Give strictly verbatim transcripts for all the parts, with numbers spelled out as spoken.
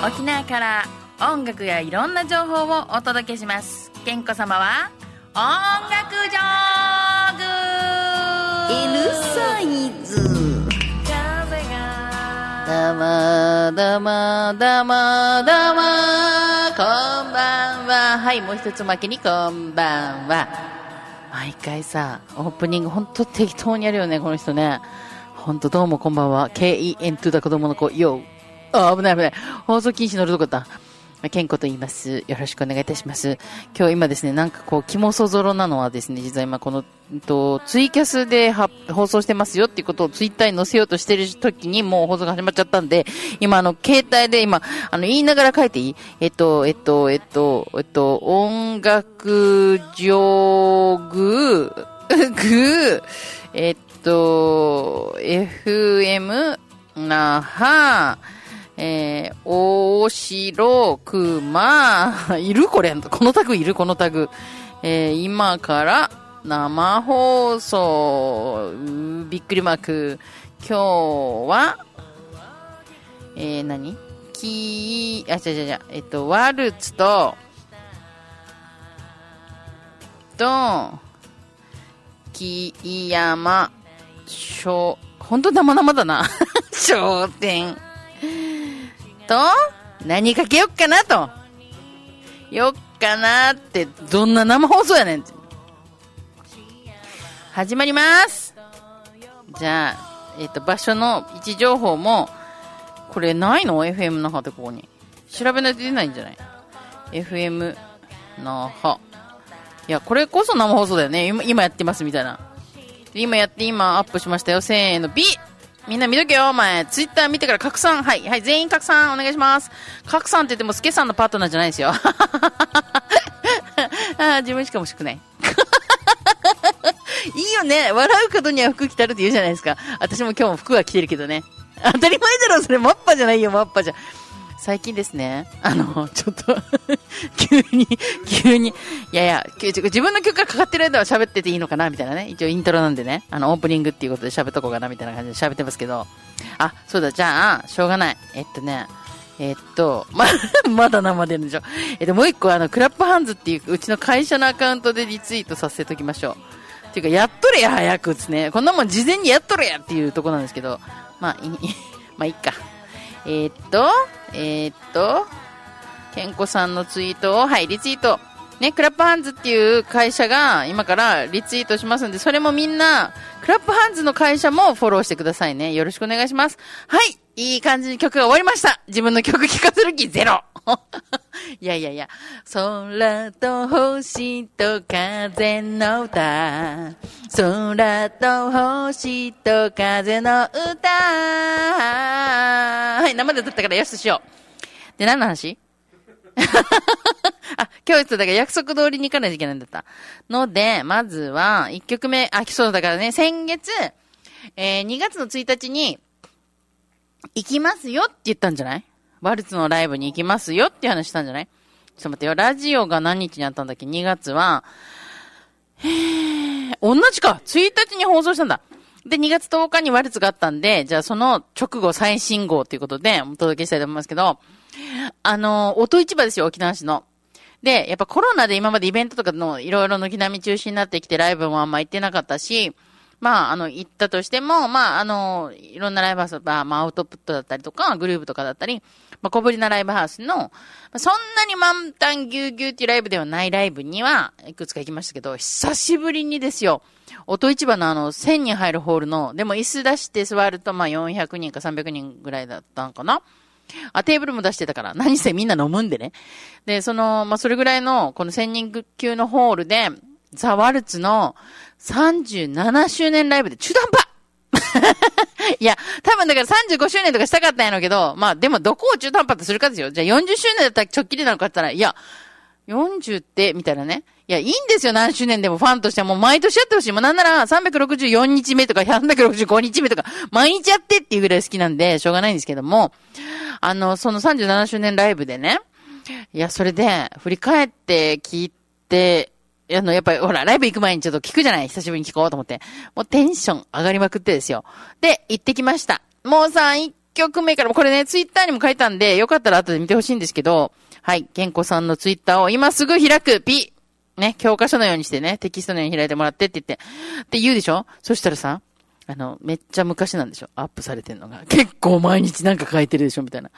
沖縄から音楽やいろんな情報をお届けします。健子様は音楽ジョーグ L サイズ。どうもどうもどうもどうも、こんばんは。はい、もう一つ負けにこんばんは。毎回さ、オープニングほんと適当にやるよね、この人ね。ほんとどうもこんばんは。ケーイーエヌ とだ子供の子、ヨー。あ、危ない危ない。放送禁止乗るとこだった。ケンコと言います。よろしくお願いいたします。今日今ですね、なんかこう、肝そぞろなのはですね、実は今この、とツイキャスでは放送してますよっていうことをツイッターに載せようとしてる時にもう放送が始まっちゃったんで、今あの、携帯で今、あの、言いながら書いていい？えっと、えっと、えっと、えっと、音楽上具、ぐ、えっと、エフエム、那覇、えー、おしろ、くま、いるこれこのタグいるこのタグ。えー、今から生放送、びっくりマーク。今日は、えー、何きー、あ、違う違う違う、えっと、ワルツと、と、木山、しょ、ほんと生々だな。商店。と、何かけよっかなと。よっかなって、どんな生放送やねんって。始まります。じゃあ、えっと、場所の位置情報も、これないの ?エフエム 那覇ってここに。調べないと出ないんじゃない ?エフエム 那覇。いや、これこそ生放送だよね。今、今やってますみたいな。今やって今アップしましたよ。せーの、B! みんな見とけよ、お前。ツイッター見てから拡散。はい、はい、全員拡散お願いします。拡散って言っても、スケさんのパートナーじゃないですよ。あ、自分しかもしくない。いいよね。笑うことには服着たるって言うじゃないですか。私も今日も服は着てるけどね。当たり前だろ、それ。マッパじゃないよ、マッパじゃ。最近ですね、あの、ちょっと、急に、急に、いやいや、自分の曲がかかってる間は喋ってていいのかなみたいなね。一応イントロなんでね、あの、オープニングっていうことで喋っとこうかなみたいな感じで喋ってますけど、あ、そうだ、じゃあ、しょうがない。えっとね、えっと、ま、まだ生でるんでしょ。えっと、もう一個、あの、クラップハンズっていう、うちの会社のアカウントでリツイートさせておきましょう。っていうか、やっとれや、早くですね。こんなもん事前にやっとれやっていうとこなんですけど、まあ、い、まあ、いいか。えー、っと、えー、っと、ケンコさんのツイートを、はい、リツイート。ね、クラップハンズっていう会社が今からリツイートしますんで、それもみんな、クラップハンズの会社もフォローしてくださいね。よろしくお願いします。はい、いい感じに曲が終わりました。自分の曲聴かせる気ゼロ。いやいやいや、空と星と風の歌、空と星と風の歌。はい、生で歌ったからよししよう。で、何の話？あ、今日だから約束通りに行かないといけないんだった。ので、まずは、いっきょくめ、あ、そうだからね、先月、えー、にがつのついたちに、行きますよって言ったんじゃない？ワルツのライブに行きますよっていう話したんじゃない？ちょっと待ってよ、ラジオが何日にあったんだっけ？ に 月は、へー、同じか !ついたちに放送したんだ。で、にがつとおかにワルツがあったんで、じゃあその直後最新号ということでお届けしたいと思いますけど、あの、音市場ですよ、沖縄市の。で、やっぱコロナで今までイベントとかのいろいろ軒並み中止になってきてライブもあんま行ってなかったし、まあ、あの、行ったとしても、まあ、あの、いろんなライブハウス、まあ、まあ、アウトプットだったりとか、グループとかだったり、まあ、小ぶりなライブハウスの、まあ、そんなに満タンぎゅうぎゅうっていうライブではないライブには、いくつか行きましたけど、久しぶりにですよ、音市場のあの、せんにん入るホールの、でも椅子出して座ると、まあ、よんひゃくにんかさんびゃくにんぐらいだったんかな。あ、テーブルも出してたから、何せみんな飲むんでね。で、その、まあ、それぐらいの、このせんにん級のホールで、ザ・ワルツのさんじゅうななしゅうねんライブで中途半端いや、多分だからさんじゅうごしゅうねんとかしたかったんやろうけど、まあでもどこを中途半端とするかですよ。じゃあよんじゅっしゅうねんだったら直帰でなのかって言ったら、いや、よんじゅうって、みたいなね。いや、いいんですよ、何周年でもファンとしてはもう毎年やってほしい。もうなんならさんびゃくろくじゅうよっかめとかさんびゃくろくじゅうごにちめとか、毎日やってっていうぐらい好きなんで、しょうがないんですけども、あの、そのさんじゅうななしゅうねんライブでね、いや、それで、振り返って聞いて、あの、やっぱり、ほら、ライブ行く前にちょっと聞くじゃない？久しぶりに聞こうと思って。もうテンション上がりまくってですよ。で、行ってきました。もうさ、行っ曲目から、これね、ツイッターにも書いたんで、よかったら後で見てほしいんですけど、はい、健子さんのツイッターを今すぐ開く、ピね、教科書のようにしてね、テキストのように開いてもらってって言って、って言うでしょ？そしたらさ、あの、めっちゃ昔なんでしょ？アップされてんのが。結構毎日なんか書いてるでしょみたいな。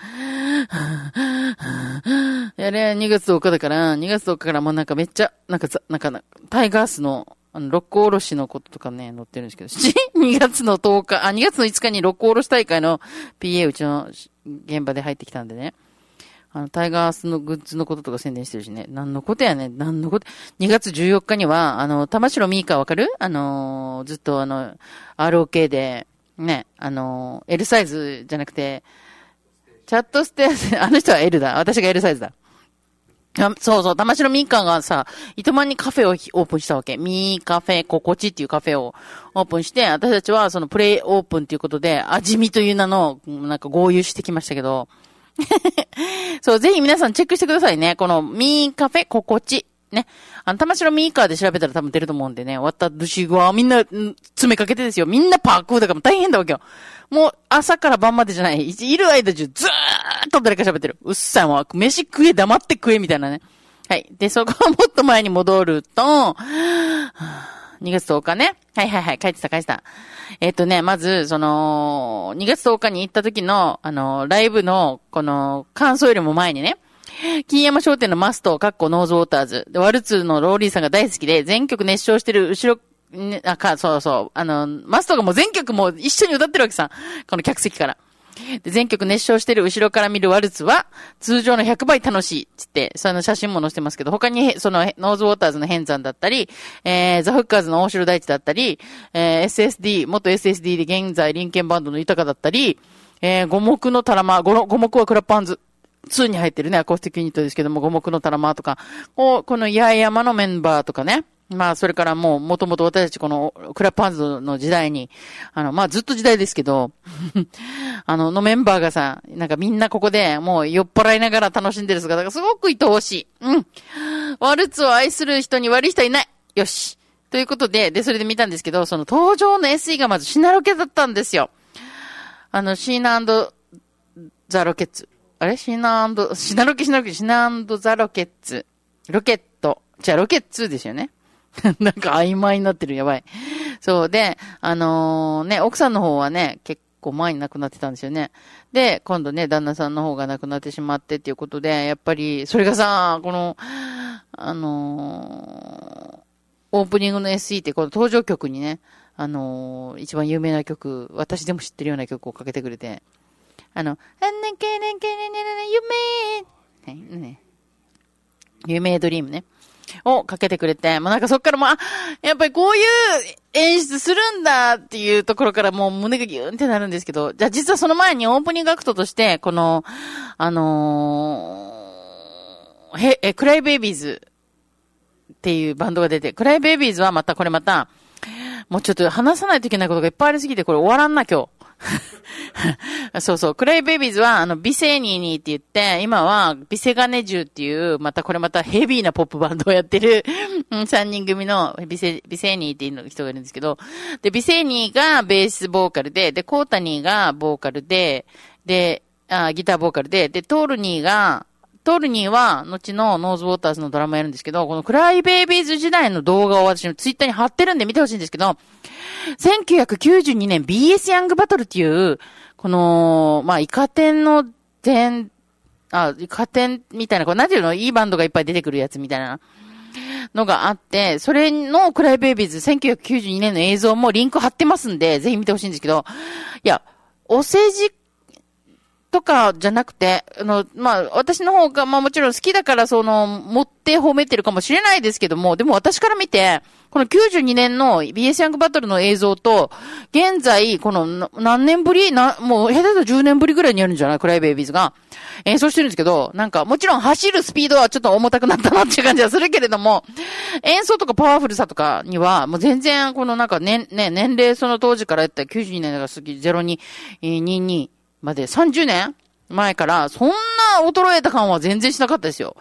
やれ、にがつとおかだから、にがつとおかからもうなんかめっちゃ、なんか、なんか、タイガースの、あの、六甲おろしのこととかね、載ってるんですけど、にがつのとおか、あ、にがつのいつかに六甲おろし大会の ピーエー うちの現場で入ってきたんでね。あの、タイガースのグッズのこととか宣伝してるしね。何のことやねん、何のこと。にがつじゅうよっかには、あの、玉城ミーカわかる？あのー、ずっとあの、アールオーケー で、ね、あのー、L サイズじゃなくて、チャットステー、あの人は L だ。私が L サイズだ。そうそう、玉城ミーカーがさ、糸満にカフェをオープンしたわけ。ミーカフェ心地っていうカフェをオープンして、私たちはそのプレイオープンっていうことで、味見という名の、なんか合流してきましたけど、そう、ぜひ皆さんチェックしてくださいね。このミーカフェ心地。ね。あの、玉城ミーカーで調べたら多分出ると思うんでね。私はみんな、詰めかけてですよ。みんなパークーだから大変だわけよ。もう朝から晩までじゃない。いる間中ずーっと誰か喋ってる。うっさいもん。飯食え、黙って食え、みたいなね。はい。で、そこはもっと前に戻ると、にがつとおかね。はいはいはい。書いてた書いてた。えっとね、まず、その、にがつとおかに行った時の、あの、ライブの、この、感想よりも前にね、金山商店のマスト、カッコノーズウォーターズ。で、ワルツーのローリーさんが大好きで、全曲熱唱してる後ろ、ね、あ、か、そうそう。あの、マストがもう全曲も一緒に歌ってるわけさ。この客席から。で、全曲熱唱してる後ろから見るワルツは、通常のひゃくばい楽しい。つって、その写真も載せてますけど、他に、その、ノーズウォーターズの変山だったり、えー、ザ・フッカーズの大城大地だったり、えー、エスエスディー、元 エスエスディー で現在、林ンバンドの豊かだったり、えー、五目のタラマ、五目はクラッパーンズ。に入ってるね、アコースティックユニットですけども、五目のタラマとか、この八重山のメンバーとかね。まあ、それからもう、もともと私たちこの、クラッパーズの時代に、あの、まあ、ずっと時代ですけど、あの、のメンバーがさ、なんかみんなここで、もう酔っ払いながら楽しんでる姿がすごく愛おしい。うん。ワルツを愛する人に悪い人はいない。よし。ということで、で、それで見たんですけど、その登場の エスイー がまずシナロケだったんですよ。あの、シーナ&ザ・ロケッツ。あれシナーシナロケシナロケ、シナーザロケッツ。ロケット。じゃあロケッツですよね。なんか曖昧になってる、やばい。そうで、あのー、ね、奥さんの方はね、結構前に亡くなってたんですよね。で、今度ね、旦那さんの方が亡くなってしまってっていうことで、やっぱり、それがさ、この、あのー、オープニングの エスイー ってこの登場曲にね、あのー、一番有名な曲、私でも知ってるような曲をかけてくれて、あの、あんなけれけれれ夢、ね、ね、夢ドリームね、をかけてくれて、もうなんかそっからもう、あ、やっぱりこういう演出するんだっていうところからもう胸がギューンってなるんですけど、じゃあ実はその前にオープニングアクトとして、この、あのー、へ、え、クライベイビーズっていうバンドが出て、クライベイビーズはまたこれまた、もうちょっと話さないといけないことがいっぱいありすぎて、これ終わらんな、今日。そうそう。クライベイビーズは、あの、ビセーニーニーって言って、今は、ビセガネジュっていう、またこれまたヘビーなポップバンドをやってる、さんにん組のビセ、ビセーニーっていう人がいるんですけど、で、ビセーニーがベースボーカルで、で、コータニーがボーカルで、で、あ、ギターボーカルで、で、トールニーが、トールニーは、後のノーズウォーターズのドラマやるんですけど、このクライベイビーズ時代の動画を私のツイッターに貼ってるんで見てほしいんですけど、せんきゅうひゃくきゅうじゅうにねん ビーエス ヤングバトルっていう、この、まあ、イカ天の天、あ、イカ天みたいな、これなんていうのいいバンドがいっぱい出てくるやつみたいなのがあって、それのクライベイビーズせんきゅうひゃくきゅうじゅうにねんの映像もリンク貼ってますんで、ぜひ見てほしいんですけど、いや、お世辞とかじゃなくて、あの、まあ、私の方が、まあもちろん好きだから、その、持って褒めてるかもしれないですけども、でも私から見て、このきゅうじゅうにねんの ビーエス ヤングバトルの映像と、現在、この何年ぶりな、もう下手だとじゅうねんぶりぐらいにやるんじゃないクライベイビーズが。演奏してるんですけど、なんか、もちろん走るスピードはちょっと重たくなったなっていう感じはするけれども、演奏とかパワフルさとかには、もう全然、このなんかね、ね、年齢その当時からやったきゅうじゅうにねんだからすぎ、ゼロににじゅうにまでさんじゅうねん前から、そんな衰えた感は全然しなかったですよ。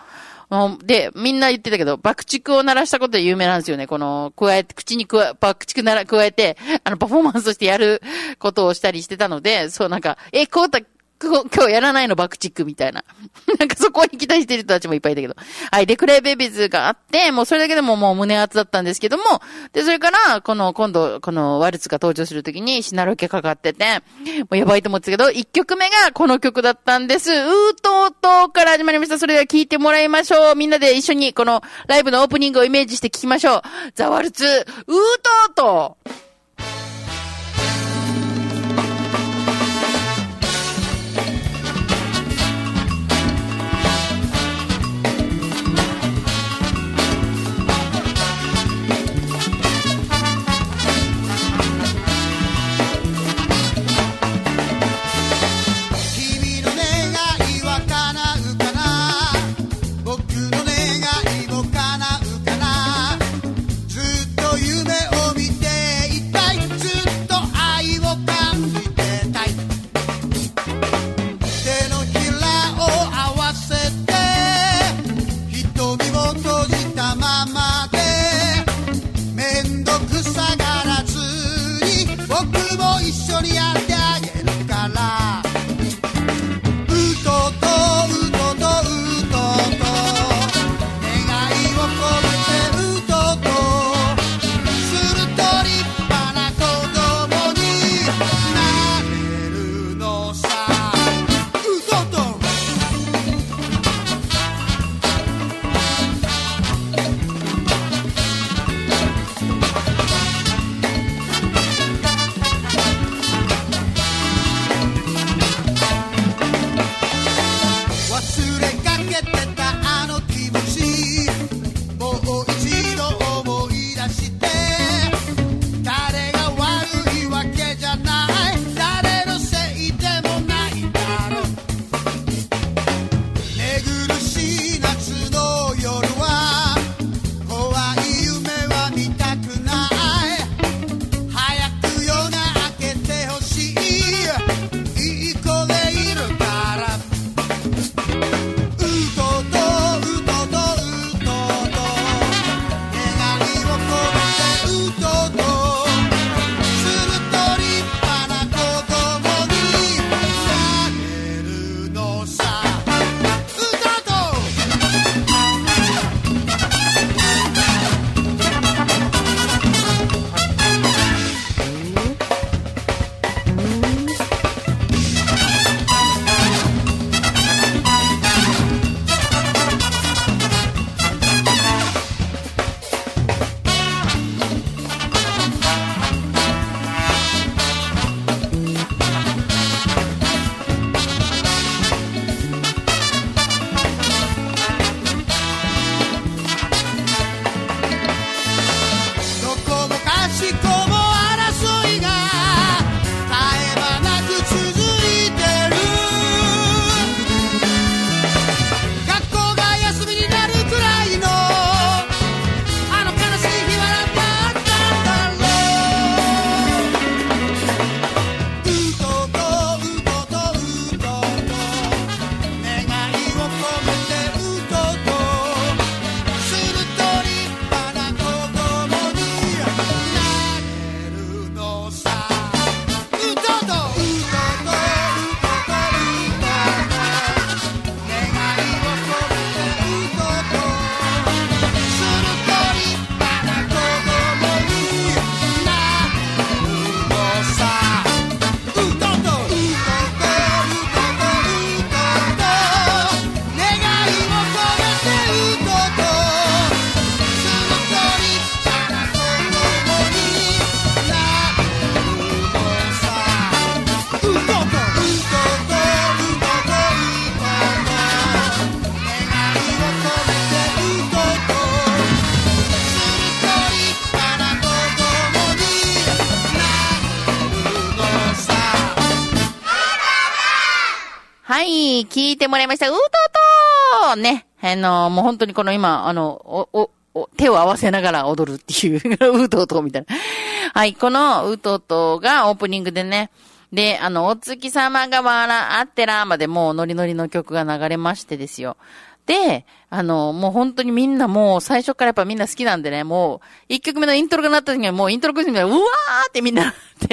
で、みんな言ってたけど、爆竹を鳴らしたことで有名なんですよね。この、加えて、口に加え、爆竹なら、加えて、あの、パフォーマンスとしてやることをしたりしてたので、そうなんか、え、こうた、今日やらないの爆竹みたいな。なんかそこに期待してる人たちもいっぱいいたけど。はい。で、クレイベイビーズがあって、もうそれだけでももう胸熱だったんですけども、で、それから、この、今度、このワルツが登場するときにシナロケかかってて、もうやばいと思ってたけど、いっきょくめがこの曲だったんです。うーとうとうから始まりました。それでは聴いてもらいましょう。みんなで一緒にこのライブのオープニングをイメージして聴きましょう。ザワルツ、うーとうとう。はい、聞いてもらいました。うととね。あの、もう本当にこの今、あの、お、お、お手を合わせながら踊るっていう、うとうとみたいな。はい、このうとうとがオープニングでね、 で、あの、お月様が笑ってらまでもうノリノリの曲が流れましてですよ。で、あの、もう本当にみんなもう最初からやっぱみんな好きなんでね、もう一曲目のイントロが鳴った時にはもうイントロクイズみたいな、うわーってみんななって、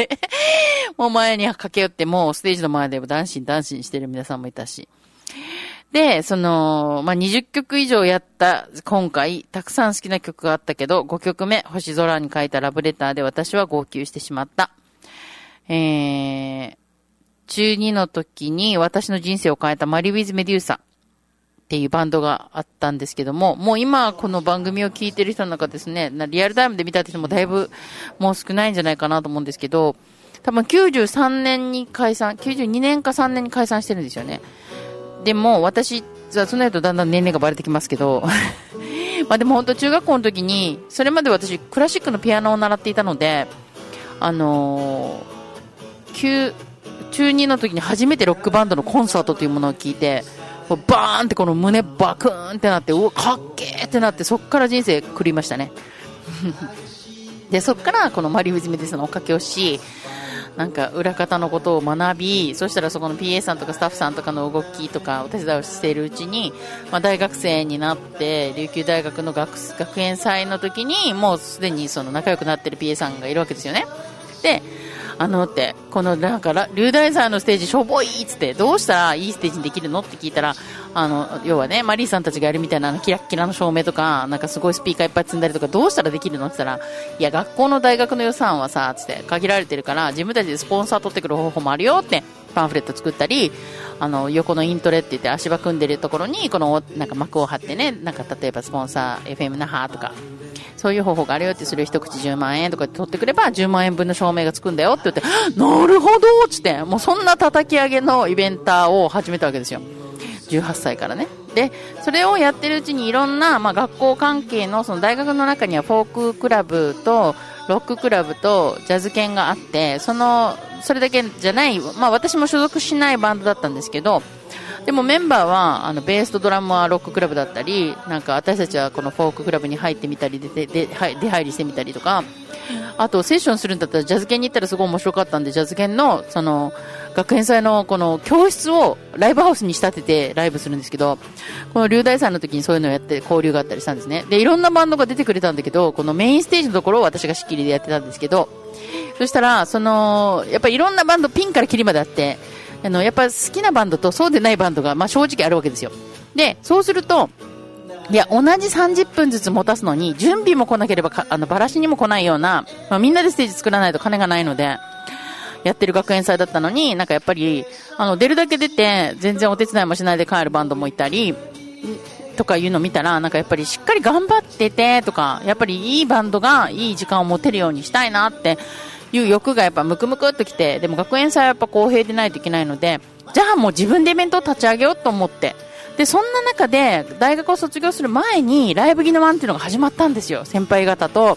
もう前に駆け寄ってもうステージの前でダンシンダンシンしてる皆さんもいたし。で、その、まあ、にじゅっきょく以上やった今回、たくさん好きな曲があったけど、ごきょくめ、星空に書いたラブレターで私は号泣してしまった。えー、中にの時に私の人生を変えたマリウィズ・メデューサっていうバンドがあったんですけども、もう今この番組を聞いてる人の中ですね、リアルタイムで見た人もだいぶもう少ないんじゃないかなと思うんですけど、多分きゅうじゅうさんねんに解散、きゅうじゅうにねんかさんねんに解散してるんですよね。でも私、そうなるとだんだん年齢がバレてきますけど、まあでも本当中学校の時に、それまで私クラシックのピアノを習っていたので、あのー、中、中にの時に初めてロックバンドのコンサートというものを聞いて、バーンってこの胸バクーンってなって、うわ、かっけーってなって、そっから人生狂いましたね。で、そっからこのマリウィズ・メディスの追っかけをし、なんか裏方のことを学び、そしたらそこの ピーエー さんとかスタッフさんとかの動きとかお手伝いをしているうちに、まあ、大学生になって琉球大学の 学, 学園祭の時にもうすでにその仲良くなっている ピーエー さんがいるわけですよね。で、あのってこのなんか龍大祭のステージしょぼいっつって、どうしたらいいステージにできるのって聞いたら、あの要はねマリーさんたちがやるみたいなあのキラッキラの照明とかなんかすごいスピーカーいっぱい積んだりとか、どうしたらできるのって言ったら、いや学校の大学の予算はさつって限られてるから自分たちでスポンサー取ってくる方法もあるよってパンフレット作ったり、あの横のイントレって言って足場組んでるところにこのなんか幕を張ってね、なんか例えばスポンサー エフエム 那覇とかそういう方法があるよって、それを一口じゅうまんえんとか取ってくればじゅうまんえんぶんの照明がつくんだよって言って、なるほどっつって、もうそんな叩き上げのイベンターを始めたわけですよ、じゅうはっさいからね。でそれをやってるうちにいろんな、まあ、学校関係 の, その大学の中にはフォーククラブとロッククラブとジャズ犬があって、そのそれだけじゃない、まあ、私も所属しないバンドだったんですけど、でもメンバーはあのベースとドラムはロッククラブだったり、なんか私たちはこのフォーククラブに入ってみたりででで出入りしてみたりとか、あとセッションするんだったらジャズ犬に行ったらすごい面白かったんで、ジャズ犬のその学園祭のこの教室をライブハウスに仕立ててライブするんですけど、この龍大祭の時にそういうのをやって交流があったりしたんですね。でいろんなバンドが出てくれたんだけど、このメインステージのところを私が仕切りでやってたんですけど、そしたらそのやっぱりいろんなバンドピンからキリまであって、あのやっぱ好きなバンドとそうでないバンドが、まあ、正直あるわけですよ。でそうすると、いや同じさんじゅっぷんずつ持たすのに準備も来なければかあのバラシにも来ないような、まあ、みんなでステージ作らないと金がないのでやってる学園祭だったのに、なんかやっぱりあの出るだけ出て全然お手伝いもしないで帰るバンドもいたりとかいうのを見たら、なんかやっぱりしっかり頑張っててとか、やっぱりいいバンドがいい時間を持てるようにしたいなっていう欲がやっぱムクムクっときて、でも学園祭はやっぱ公平でないといけないので、じゃあもう自分でイベントを立ち上げようと思って、でそんな中で大学を卒業する前にライブギノワンっていうのが始まったんですよ。先輩方と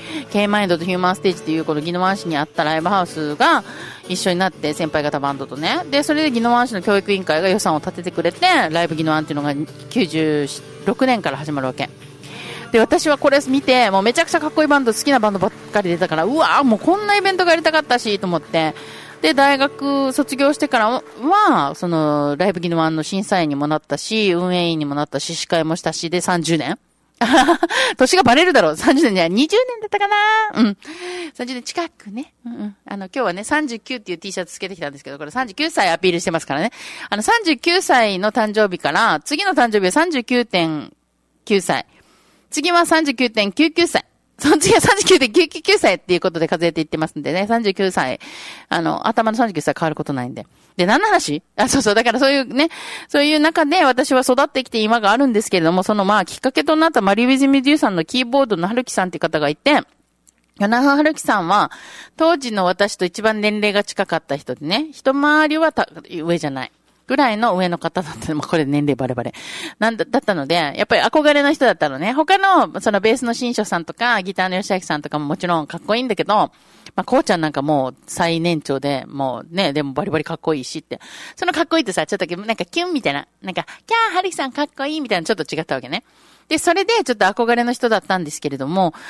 K マインドとヒューマンステージというこのギノワン市にあったライブハウスが一緒になって、先輩方バンドとね、でそれでギノワン市の教育委員会が予算を立ててくれて、ライブギノワンっていうのがきゅうじゅうろくねんから始まるわけで、私はこれ見てもうめちゃくちゃかっこいいバンド、好きなバンドばっかり出たから、うわーもうこんなイベントがやりたかったしと思って、で大学卒業してからはそのライブギノワンの審査員にもなったし、運営員にもなったし、司会もしたし、でさんじゅうねん年がバレるだろう、さんじゅうねんじゃにじゅうねんだったかな、うんさんじゅうねん近くね、うんうん、あの今日はねさんじゅうきゅうっていう T シャツつけてきたんですけど、これさんじゅうきゅうさいアピールしてますからね。あのさんじゅうきゅうさいの誕生日から次の誕生日は さんじゅうきゅうてんきゅうさい、次は さんじゅうきゅうてんきゅうきゅうさい、その次は さんじゅうきゅうてんきゅうきゅうさいっていうことで数えていってますんでね、さんじゅうきゅうさい、あの、頭のさんじゅうきゅうさい変わることないんで。で、何の話？あ、そうそう、だからそういうね、そういう中で私は育ってきて今があるんですけれども、そのまあきっかけとなったマリウィズ・ミデューさんのキーボードの春樹さんっていう方がいて、与那覇春樹さんは、当時の私と一番年齢が近かった人でね、一回りはた上じゃない。ぐらいの上の方だったの。まあ、これ年齢バレバレ。なんだ、だったので、やっぱり憧れの人だったのね。他の、そのベースの新書さんとか、ギターの吉明さんとかももちろんかっこいいんだけど、まあ、こうちゃんなんかもう最年長で、もうね、でもバリバリかっこいいしって。そのかっこいいってさ、ちょっとなんかキュンみたいな、なんか、キャー、ハリさんかっこいいみたいなちょっと違ったわけね。で、それでちょっと憧れの人だったんですけれども、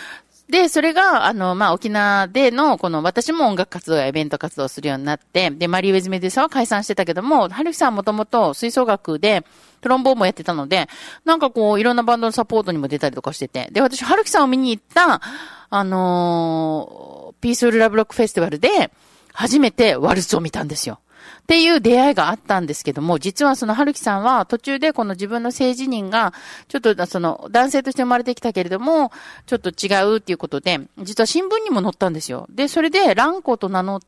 で、それが、あの、まあ、沖縄での、この、私も音楽活動やイベント活動をするようになって、で、マリー・ウェズ・メデューサは解散してたけども、はるきさんもともと吹奏楽で、トロンボーンもやってたので、なんかこう、いろんなバンドのサポートにも出たりとかしてて、で、私、はるきさんを見に行った、あのー、ピースフル・ラブ・ロック・フェスティバルで、初めてワルツを見たんですよ。っていう出会いがあったんですけども、実はその春樹さんは途中でこの自分の性自認が、ちょっとその男性として生まれてきたけれども、ちょっと違うっていうことで、実は新聞にも載ったんですよ。で、それでランコと名乗って、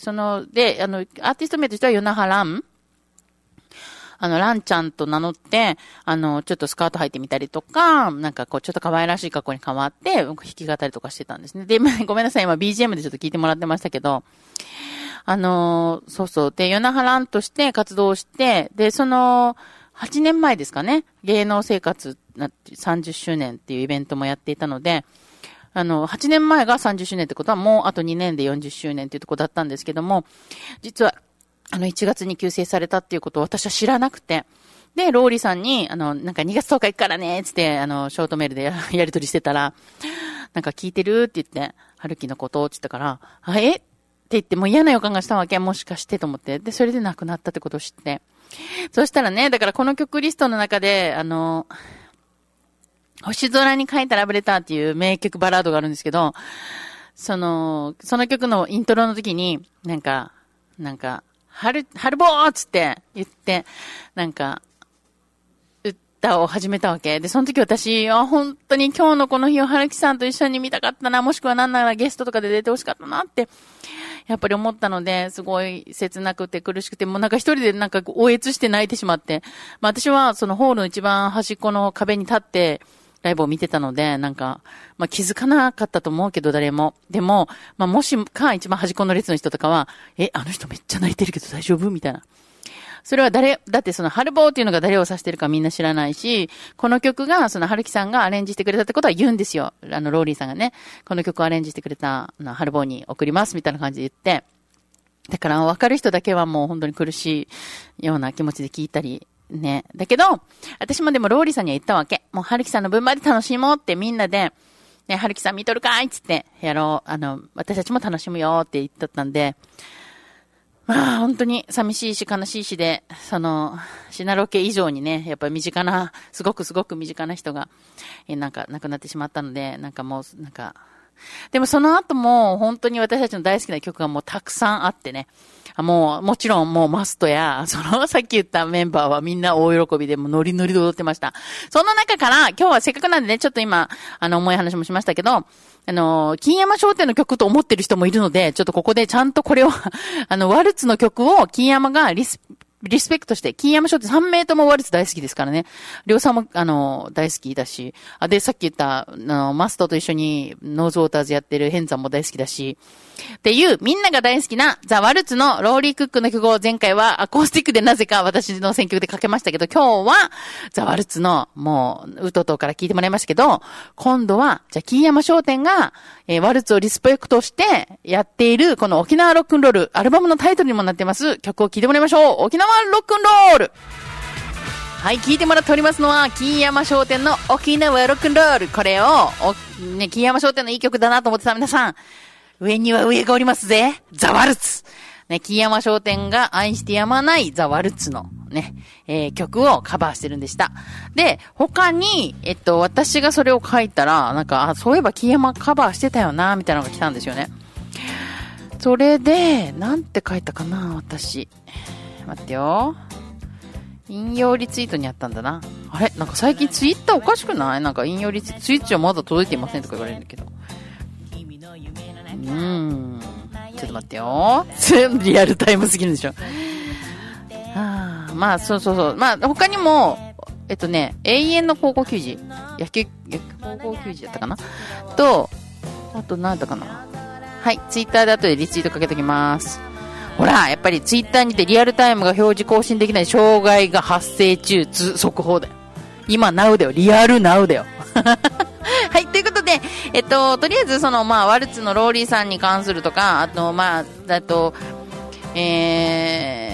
その、で、あの、アーティスト名としてはヨナハラン。あの、ランちゃんと名乗って、あの、ちょっとスカート履いてみたりとか、なんかこう、ちょっと可愛らしい格好に変わって、弾き語りとかしてたんですね。で、ごめんなさい、今 ビージーエム でちょっと聞いてもらってましたけど、あのー、そうそう。で、ヨナハランとして活動して、で、その、はちねんまえですかね、芸能生活さんじゅっしゅうねんっていうイベントもやっていたので、あの、はちねんまえがさんじゅっしゅうねんってことはもうあとにねんでよんじゅっしゅうねんっていうところだったんですけども、実は、あの、いちがつに急逝されたっていうことを私は知らなくて、で、ローリーさんに、あの、なんかにがつとおか行くからね、つって、あの、ショートメールで や, やり取りしてたら、なんか聞いてるって言って、春樹のことって言ったから、あ、えって言って、もう嫌な予感がしたわけ。もしかしてと思って。で、それで亡くなったってことを知って。そしたらね、だからこの曲リストの中で、あの、星空に書いたラブレターっていう名曲バラードがあるんですけど、その、その曲のイントロの時に、なんか、なんか、春、春坊ーっつって言って、なんか、歌を始めたわけ。で、その時私、あ、本当に今日のこの日を春樹さんと一緒に見たかったな、もしくはなんならゲストとかで出てほしかったなって、やっぱり思ったので、すごい切なくて苦しくて、もうなんか一人でなんか応援して泣いてしまって、まあ私はそのホールの一番端っこの壁に立って、ライブを見てたので、なんか、まあ気づかなかったと思うけど誰も。でも、まあもしか一番端っこの列の人とかは、え、あの人めっちゃ泣いてるけど大丈夫みたいな。それは誰、だってその春坊っていうのが誰を指してるかみんな知らないし、この曲がその春樹さんがアレンジしてくれたってことは言うんですよ。あのローリーさんがね、この曲をアレンジしてくれたの春坊に送りますみたいな感じで言って、だから分かる人だけはもう本当に苦しいような気持ちで聞いたりね。だけど、私もでもローリーさんには言ったわけ。もう春樹さんの分まで楽しもうってみんなで、ね、春樹さん見とるかいっつってやろう。あの、私たちも楽しむよって言っとったんで、まあ本当に寂しいし悲しいしで、その、シナロケ以上にね、やっぱり身近な、すごくすごく身近な人が、え、なんか亡くなってしまったので、なんかもう、なんか、でもその後も本当に私たちの大好きな曲がもうたくさんあってね、もう、もちろんもうマストや、そのさっき言ったメンバーはみんな大喜びでもうノリノリで踊ってました。その中から今日はせっかくなんでね、ちょっと今、あの重い話もしましたけど、あの、金山商店の曲と思ってる人もいるので、ちょっとここでちゃんとこれを、あの、ワルツの曲を金山がリス、リスペクトして、金山商店さん名ともワルツ大好きですからね。りょうさんも、あの、大好きだし、あ、で、さっき言った、あの、マストと一緒にノーズウォーターズやってるヘンザンも大好きだし、っていう、みんなが大好きなザ・ワルツのローリー・クックの曲を前回はアコースティックでなぜか私の選曲でかけましたけど、今日はザ・ワルツのもう、ウトトから聞いてもらいましたけど、今度は、じゃあ、金山商店が、えー、ワルツをリスペクトしてやっているこの沖縄ロックンロール、アルバムのタイトルにもなっています曲を聴いてもらいましょう。沖縄ロックンロール。はい、聞いてもらっておりますのは、金山商店の沖縄ロックンロール。これを、ね、金山商店のいい曲だなと思ってた皆さん、上には上がおりますぜ。ザ・ワルツ。ね、金山商店が愛してやまないザ・ワルツのね、えー、曲をカバーしてるんでした。で、他に、えっと、私がそれを書いたら、なんか、あ、そういえば金山カバーしてたよな、みたいなのが来たんですよね。それで、なんて書いたかな、私。待ってよ。引用リツイートにあったんだな。あれなんか最近ツイッターおかしくない？なんか引用リツイート、ツイッチはまだ届いていませんとか言われるんだけど。うーん。ちょっと待ってよ。リアルタイムすぎるんでしょ。はあ、まあ、そうそうそう。まあ、他にも、えっとね、永遠の高校球児。野球、高校球児だったかなと、あと何だったかな。はい、ツイッターで後でリツイートかけときます。ほら、やっぱりツイッターにてリアルタイムが表示更新できない障害が発生中、つ、速報だよ。今、ナウだよ。リアルナウだよ。はい、ということで、えっと、とりあえず、その、まあ、ワルツのローリーさんに関するとか、あと、まあ、あと、えー、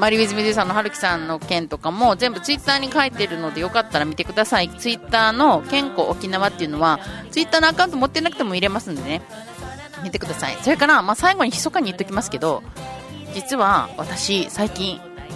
マリウィズミデューさんの春樹さんの件とかも全部ツイッターに書いてるのでよかったら見てください。ツイッターの健康沖縄っていうのはツイッターのアカウント持ってなくても入れますんでね、見てください。それから、まあ、最後に密かに言っときますけど、実は私最近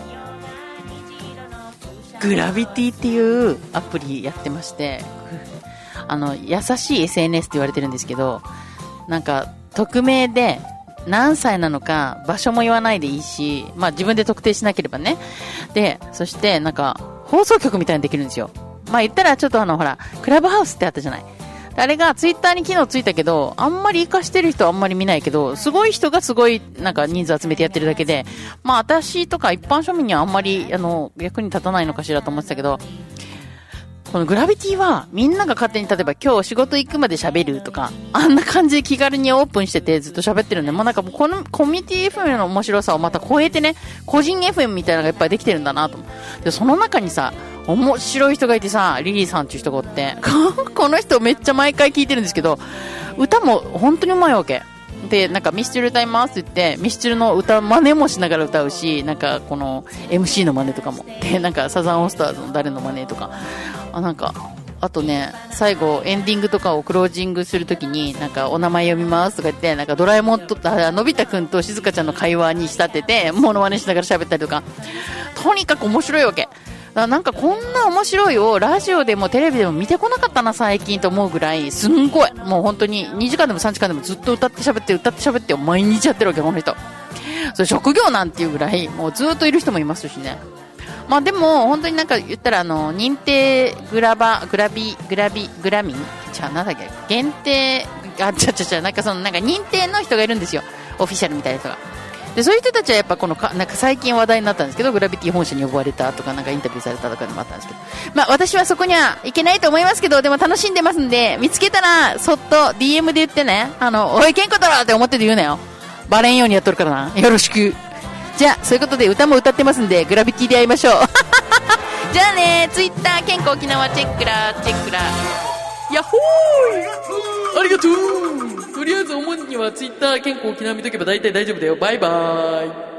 グラビティっていうアプリやってまして、あの優しい エスエヌエス って言われてるんですけど、なんか匿名で何歳なのか場所も言わないでいいし、まあ自分で特定しなければね。で、そしてなんか放送局みたいにできるんですよ。まあ言ったらちょっとあのほらクラブハウスってあったじゃない。あれがツイッターに機能ついたけど、あんまり活かしてる人はあんまり見ないけど、すごい人がすごいなんか人数集めてやってるだけで、まあ私とか一般庶民にはあんまりあの役に立たないのかしらと思ってたけど、このグラビティはみんなが勝手に例えば今日仕事行くまで喋るとか、あんな感じで気軽にオープンしててずっと喋ってるんで、もうなんかもうこのコミュニティ エフエム の面白さをまた超えてね、個人 エフエム みたいなのがいっぱいできてるんだなと思う。で、その中にさ、面白い人がいてさ、リリーさんっていう人がおって、この人めっちゃ毎回聞いてるんですけど、歌も本当にうまいわけ。で、なんかミスチル歌いますって言って、ミスチルの歌真似もしながら歌うし、なんかこの エムシー の真似とかも。で、なんかサザンオールスターズの誰の真似とか。あ、なんか、あとね、最後エンディングとかをクロージングするときに、なんかお名前読みますとか言って、なんかドラえもんと、のび太くんとしずかちゃんの会話に仕立てて、モノマネしながら喋ったりとか、とにかく面白いわけ。なんかこんな面白いをラジオでもテレビでも見てこなかったな最近と思うぐらいすんごい、もう本当ににじかんでもさんじかんでもずっと歌って喋って歌って喋って毎日やってるわけこの人。それ職業なんていうぐらいもうずっといる人もいますしね。まあでも本当になんか言ったらあの認定グラバグラビグラビグラミンじゃあなんだっけ限定あちゃちゃちゃなんかそのなんか認定の人がいるんですよ、オフィシャルみたいな人が。でそういう人たちはやっぱこのかなんか最近話題になったんですけど、グラビティ本社に呼ばれたとかなんかインタビューされたとかでもあったんですけど、まあ私はそこにはいけないと思いますけど、でも楽しんでますんで、見つけたらそっと ディーエム で言ってね、あのおいケンコだろって思ってて言うなよ、バレんようにやっとるからな、よろしく。じゃあそういうことで歌も歌ってますんでグラビティで会いましょうじゃあね、ツイッター健康沖縄チェックラチェックラヤッホー、ありがとう。とりあえず主にはツイッター健康沖縄見とけば大体大丈夫だよ。バイバーイ。